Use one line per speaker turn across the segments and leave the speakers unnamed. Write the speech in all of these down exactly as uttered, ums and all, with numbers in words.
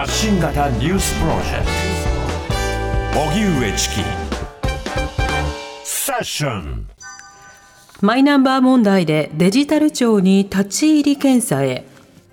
発信型ニュースプロジェクト荻上チキセッション。
マイナンバー問題でデジタル庁に立ち入り検査へ。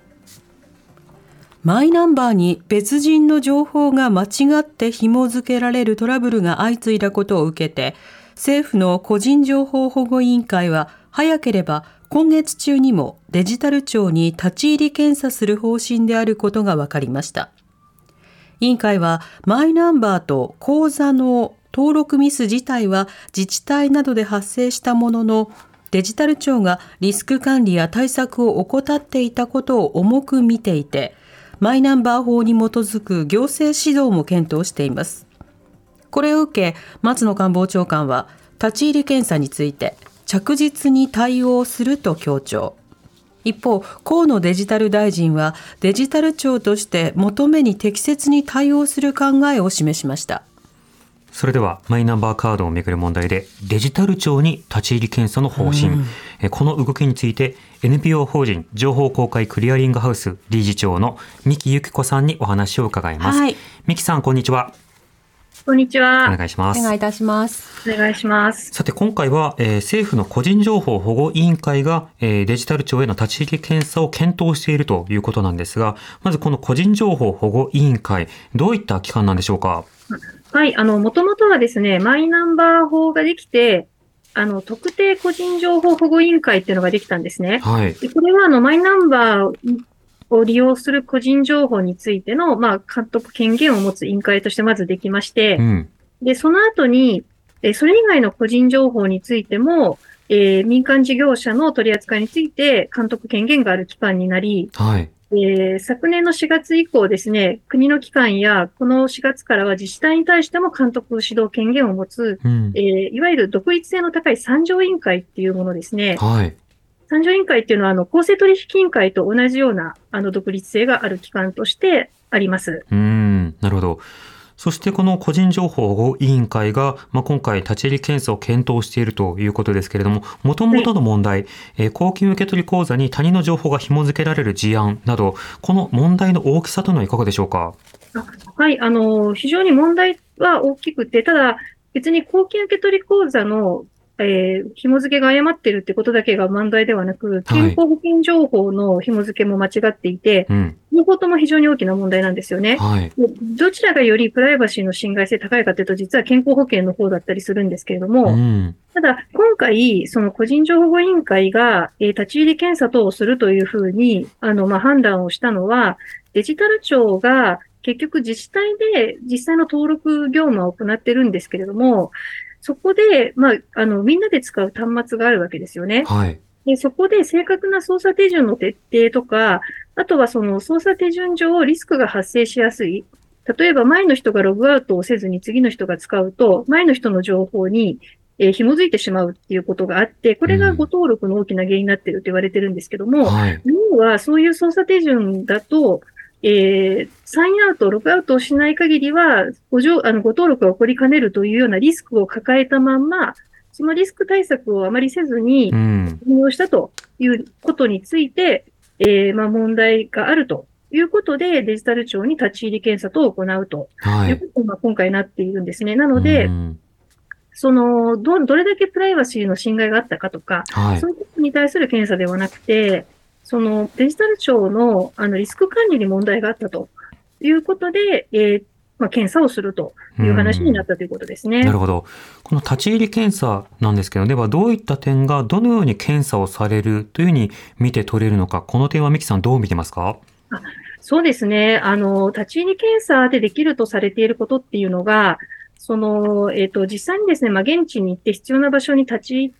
マイナンバーに別人の情報が間違って紐付けられるトラブルが相次いだことを受けて、政府の個人情報保護委員会は早ければ今月中にもデジタル庁に立ち入り検査する方針であることが分かりました。委員会はマイナンバーと口座の登録ミス自体は自治体などで発生したものの、デジタル庁がリスク管理や対策を怠っていたことを重く見ていて、マイナンバー法に基づく行政指導も検討しています。これを受け、松野官房長官は立ち入り検査について着実に対応すると強調。一方、河野デジタル大臣はデジタル庁として求めに適切に対応する考えを示しました。
それではマイナンバーカードをめぐる問題でデジタル庁に立ち入り検査の方針、うん、この動きについて エヌピーオー 法人情報公開クリアリングハウス理事長の三木由紀子さんにお話を伺います。はい、三木さん、こんにちは。
こんにちは。
お願いします。
お願いいたします。
お願いします。
さて、今回は、えー、政府の個人情報保護委員会が、えー、デジタル庁への立ち入り検査を検討しているということなんですが、まずこの個人情報保護委員会、どういった機関なんでしょうか？
はい、あの、もともとはですね、マイナンバー法ができて、あの、特定個人情報保護委員会っていうのができたんですね。
はい。
でこれは、あの、マイナンバーを利用する個人情報についての、まあ、監督権限を持つ委員会としてまずできまして、うん、で、その後に、えそれ以外の個人情報についても、えー、民間事業者の取り扱いについて監督権限がある機関になり、はい。えー、昨年のしがつ以降ですね、国の機関やこのしがつからは自治体に対しても監督指導権限を持つ、うん、えー、いわゆる独立性の高い参上委員会っていうものですね。はい。参上委員会っていうのは、あの、公正取引委員会と同じような、あの、独立性がある機関としてあります。
うーん、なるほど。そしてこの個人情報保護委員会が、まあ、今回立ち入り検査を検討しているということですけれども、もともとの問題、はい、えー、公金受取口座に他人の情報が紐付けられる事案など、この問題の大きさというのはいかがでしょうか？
あはい、あの、非常に問題は大きくて、ただ別に公金受取口座のえー、紐付けが誤っているってことだけが問題ではなく、健康保険情報の紐付けも間違っていて、はい、うん、両方とも非常に大きな問題なんですよね。はい、どちらがよりプライバシーの侵害性高いかというと、実は健康保険の方だったりするんですけれども、うん、ただ、今回、その個人情報保護委員会が、えー、立ち入り検査等をするというふうに、あの、まあ、判断をしたのは、デジタル庁が結局自治体で実際の登録業務を行ってるんですけれども、そこで、まあ、あの、みんなで使う端末があるわけですよね。はい。で、そこで正確な操作手順の徹底とか、あとはその操作手順上リスクが発生しやすい。例えば前の人がログアウトをせずに次の人が使うと、前の人の情報に、えー、紐づいてしまうっていうことがあって、これが誤登録の大きな原因になっていると言われてるんですけども、はい、要はそういう操作手順だと、えー、サインアウト、ログアウトをしない限りは、ごじょあのご登録が起こりかねるというようなリスクを抱えたまんま、そのリスク対策をあまりせずに運用したということについて、うん、えー、まあ問題があるということで、デジタル庁に立ち入り検査等を行うということが今回なっているんですね。なので、うん、そのど、どれだけプライバシーの侵害があったかとか、はい、そういうことに対する検査ではなくて、そのデジタル庁のあのリスク管理に問題があったということで、えーまあ、検査をするという話になったということですね。
なるほど。この立ち入り検査なんですけど、ではどういった点がどのように検査をされるというふうに見て取れるのか、この点は三木さんどう見てますか？
あそうですね。あの、立ち入り検査でできるとされていることっていうのが、その、えっと、実際にですね、まあ、現地に行って必要な場所に立ち入って、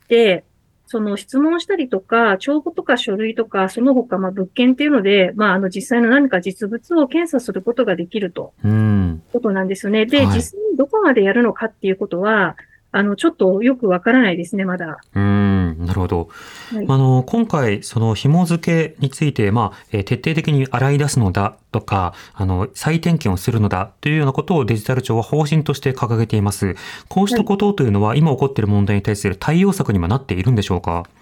その質問したりとか、帳簿とか書類とか、その他、まあ、物件っていうので、まあ、あの、実際の何か実物を検査することができると。うん。ことなんですよね。で、はい、実際にどこまでやるのかっていうことは、あの、ちょっとよくわからないですね、まだ。
うーん、なるほど。はい、あの、今回、その紐付けについて、まあ、えー、徹底的に洗い出すのだとか、あの、再点検をするのだというようなことをデジタル庁は方針として掲げています。こうしたことというのは、はい、今起こっている問題に対する対応策にもなっているんでしょうか？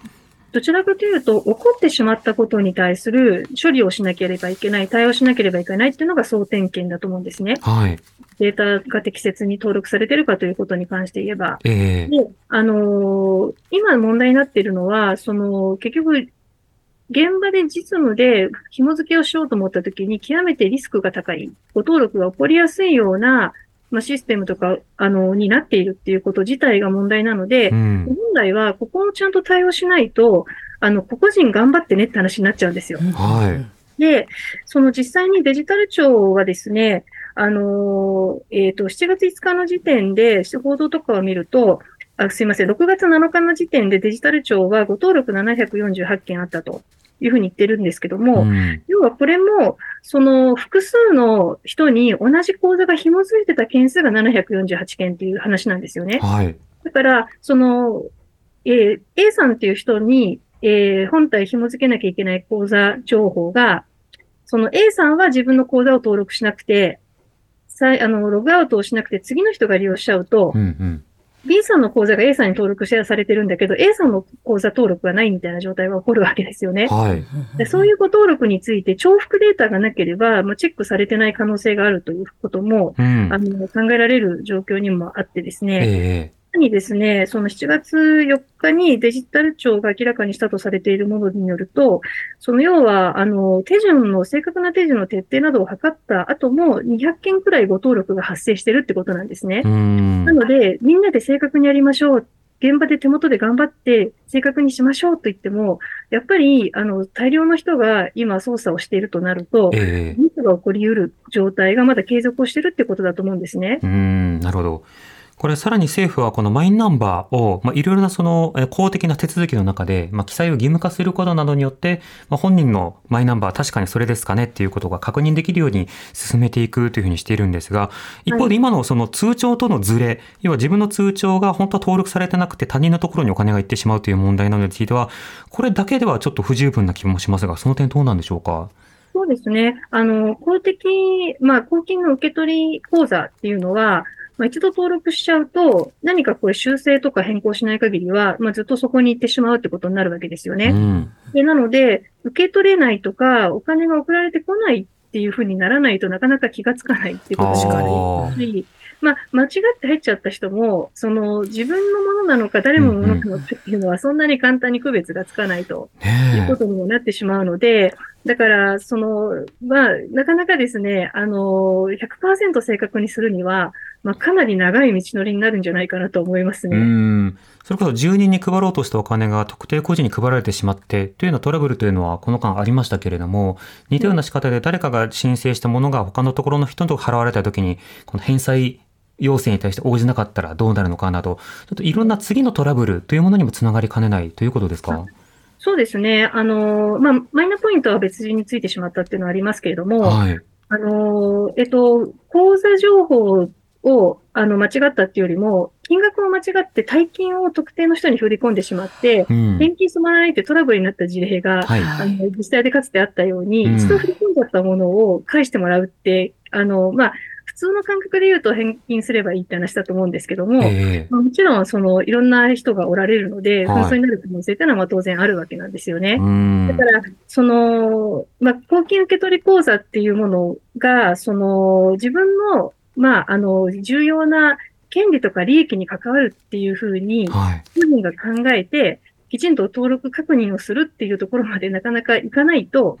どちらかというと、起こってしまったことに対する処理をしなければいけない、対応しなければいけないっていうのが総点検だと思うんですね。
はい。
データが適切に登録されているかということに関して言えば。
ええ
で、あのー今問題になっているのは、その、結局、現場で実務で紐付けをしようと思ったときに極めてリスクが高い、誤登録が起こりやすいような、まあ、システムとか、あの、になっているっていうこと自体が問題なので、
うん。
本来はここをちゃんと対応しないと、あの、個々人頑張ってねって話になっちゃうんですよ。
はい。
で、その実際にデジタル庁はですね、あの、えっと、しちがついつかの時点で、報道とかを見ると、あ、すいません、ろくがつなのかの時点でデジタル庁は誤登録ななひゃくよんじゅうはちけんあったというふうに言ってるんですけど
う
も、
ん。
要はこれも、その複数の人に同じ口座が紐づいてた件数がななひゃくよんじゅうはちけんっていう話なんですよね。
はい。
だから、その、えー A さんっていう人に、えー本体紐付けなきゃいけない口座情報が、その A さんは自分の口座を登録しなくて、さいあの、ログアウトをしなくて次の人が利用しちゃうと、
うんうん。
B さんの口座が A さんに登録されてるんだけど、A さんの口座登録がないみたいな状態が起こるわけですよね。
はい。
でそういう誤登録について重複データがなければ、まあ、チェックされてない可能性があるということも、
うん。
あの、考えられる状況にもあってです
え
ね、
え
さらにですね、そのしちがつよっかにデジタル庁が明らかにしたとされているものによると、その要は、あの、手順の、正確な手順の徹底などを図った後もにひゃっけんくらい誤登録が発生しているってことなんですね。
うーん。
なので、みんなで正確にやりましょう。現場で手元で頑張って正確にしましょうと言っても、やっぱり、あの、大量の人が今操作をしているとなると、
ええ
ミスが起こり得る状態がまだ継続をしているってことだと思うんですね。
うーん、なるほど。これさらに政府はこのマイナンバーを、まあ、いろいろなそのえー公的な手続きの中で、まあ、記載を義務化することなどによって、まあ、本人のマイナンバー確かにそれですかねっていうことが確認できるように進めていくというふうにしているんですが、一方で今のその通帳とのズレ、要は自分の通帳が本当は登録されてなくて他人のところにお金が行ってしまうという問題などについては、これだけではちょっと不十分な気もしますが、その点どうなんでしょうか。
そうですね。あの、公的、まあ、公金の受け取り口座っていうのは、まあ、一度登録しちゃうと、何かこれ修正とか変更しない限りは、まあ、ずっとそこに行ってしまうってことになるわけですよ
う
ね。
ん。
で、なので、受け取れないとか、お金が送られてこないっていうふうにならないとなかなか気がつかないっていうことになりますし、まあ、間違って入っちゃった人も、その自分のものなのか誰のものなのかっていうのはそんなに簡単に区別がつかないというこ
ね
とにもなってしまうので、だから、その、まあ、なかなかですね、あの、ひゃくパーセント正確にするには、まあ、かなり長い道のりになるんじゃないかなと思います
え。う
ね。
ん。それこそ住人に配ろうとしたお金が特定個人に配られてしまってというようなトラブルというのはこの間ありましたけれども、似たような仕方で誰かが申請したものが他のところの人と払われたときに、この返済要請に対して応じなかったらどうなるのかなど、ちょっといろんな次のトラブルというものにもつながりかねないということですか。
そうですね。あの、まあ、マイナポイントは別人についてしまったっていうのはありますけれども、
はい。
あの、えっと、口座情報を、あの、間違ったっていうよりも、金額を間違って大金を特定の人に振り込んでしまって、
うん。
返金済まないってトラブルになった事例が、
はい。
あの、自治体でかつてあったように、
うん
一度振り込んじゃったものを返してもらうって、あの、まあ、普通の感覚で言うと返金すればいいって話だと思うんですけども、
ええ。
まあ、もちろん、その、いろんな人がおられるので、
はい
紛争になる可能性っていうのはまあ当然あるわけなんですよね。
うん。
だから、その、まあ、公金受取口座っていうものが、その、自分の、まあ、あの、重要な権利とか利益に関わるっていうふうに、
はい。
本人が考えて、きちんと登録確認をするっていうところまでなかなかいかないと、
うん。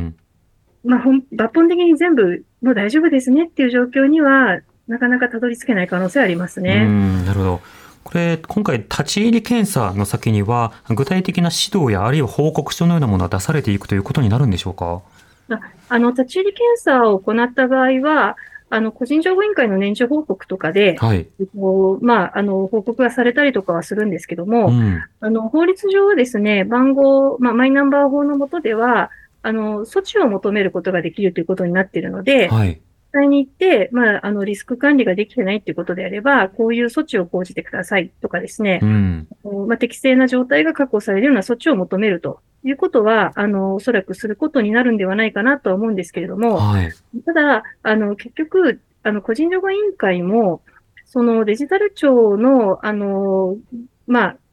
まあ、ほん抜本的に全部もう大丈夫ですねっていう状況には、なかなかたどり着けない可能性はあります
う
ね。
ん。なるほど。これ、今回、立ち入り検査の先には、具体的な指導やあるいは報告書のようなものは出されていくということになるんでしょうか。
ああの、立ち入り検査を行った場合は、あの、個人情報委員会の年次報告とかで、
はい。
えっとまあ、あの、報告がされたりとかはするんですけど
う
も、
ん。
あの、法律上はですね、番号、まあ、マイナンバー法の下では、あの、措置を求めることができるということになっているので、
はい。
実際に行って、まあ、あの、リスク管理ができてないっていうことであれば、こういう措置を講じてくださいとかですね
う、ん。
まあ、適正な状態が確保されるような措置を求めるということは、あの、おそらくすることになるんではないかなとは思うんですけれども、
はい。
ただ、あの、結局、あの、個人情報委員会も、そのデジタル庁の、あの、まあ、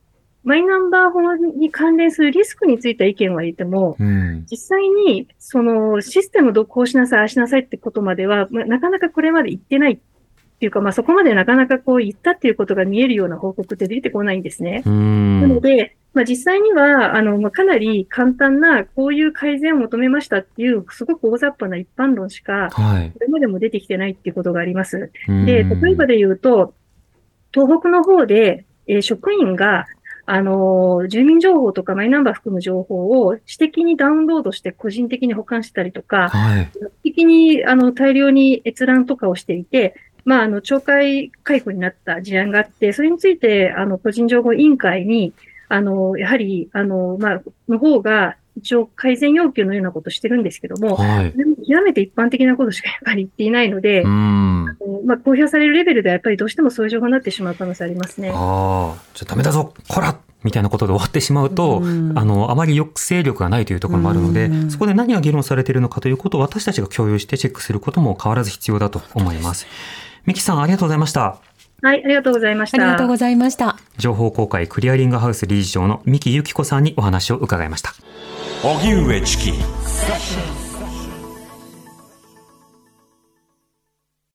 マイナンバー法に関連するリスクについては意見は言っても、うん、実際にそのシステムをこうしなさい、ああしなさいってことまでは、まあ、なかなかこれまで言ってないっていうか、まあ、そこまでなかなかこう言ったっていうことが見えるような報告って出てこないんですね。うんなので、まあ、実際には、あの、まあ、かなり簡単な、こういう改善を求めましたっていう、すごく大雑把な一般論しか、はい、これまでも出てきてないっていうことがあります。で、例えばで言うと、東北の方で、えー、職員が、あのー、住民情報とかマイナンバー含む情報を私的にダウンロードして個人的に保管したりとか、はい、私的にあの大量に閲覧とかをしていて、まあ、あの、懲戒解雇になった事案があって、それについて、あの、個人情報委員会に、あの、やはり、あの、まあ、の方が、一応改善要求のようなことをしてるんですけども、はい、でも極めて一般的なことしかやっぱり言っていないので、うんあのまあ、公表されるレベルではやっぱりどうしてもそういう情報になってしまう可能性ありますね。
ああ、じゃあダメだぞ、こらみたいなことで終わってしまうと、うんあの、あまり抑制力がないというところもあるので、うんそこで何が議論されているのかということを私たちが共有してチェックすることも変わらず必要だと思います。三木さん、ありがとうございました。
はい、ありがとうございました。
ありがとうございました。
情報公開クリアリングハウス理事長の三木由紀子さんにお話を伺いました。
荻上チキ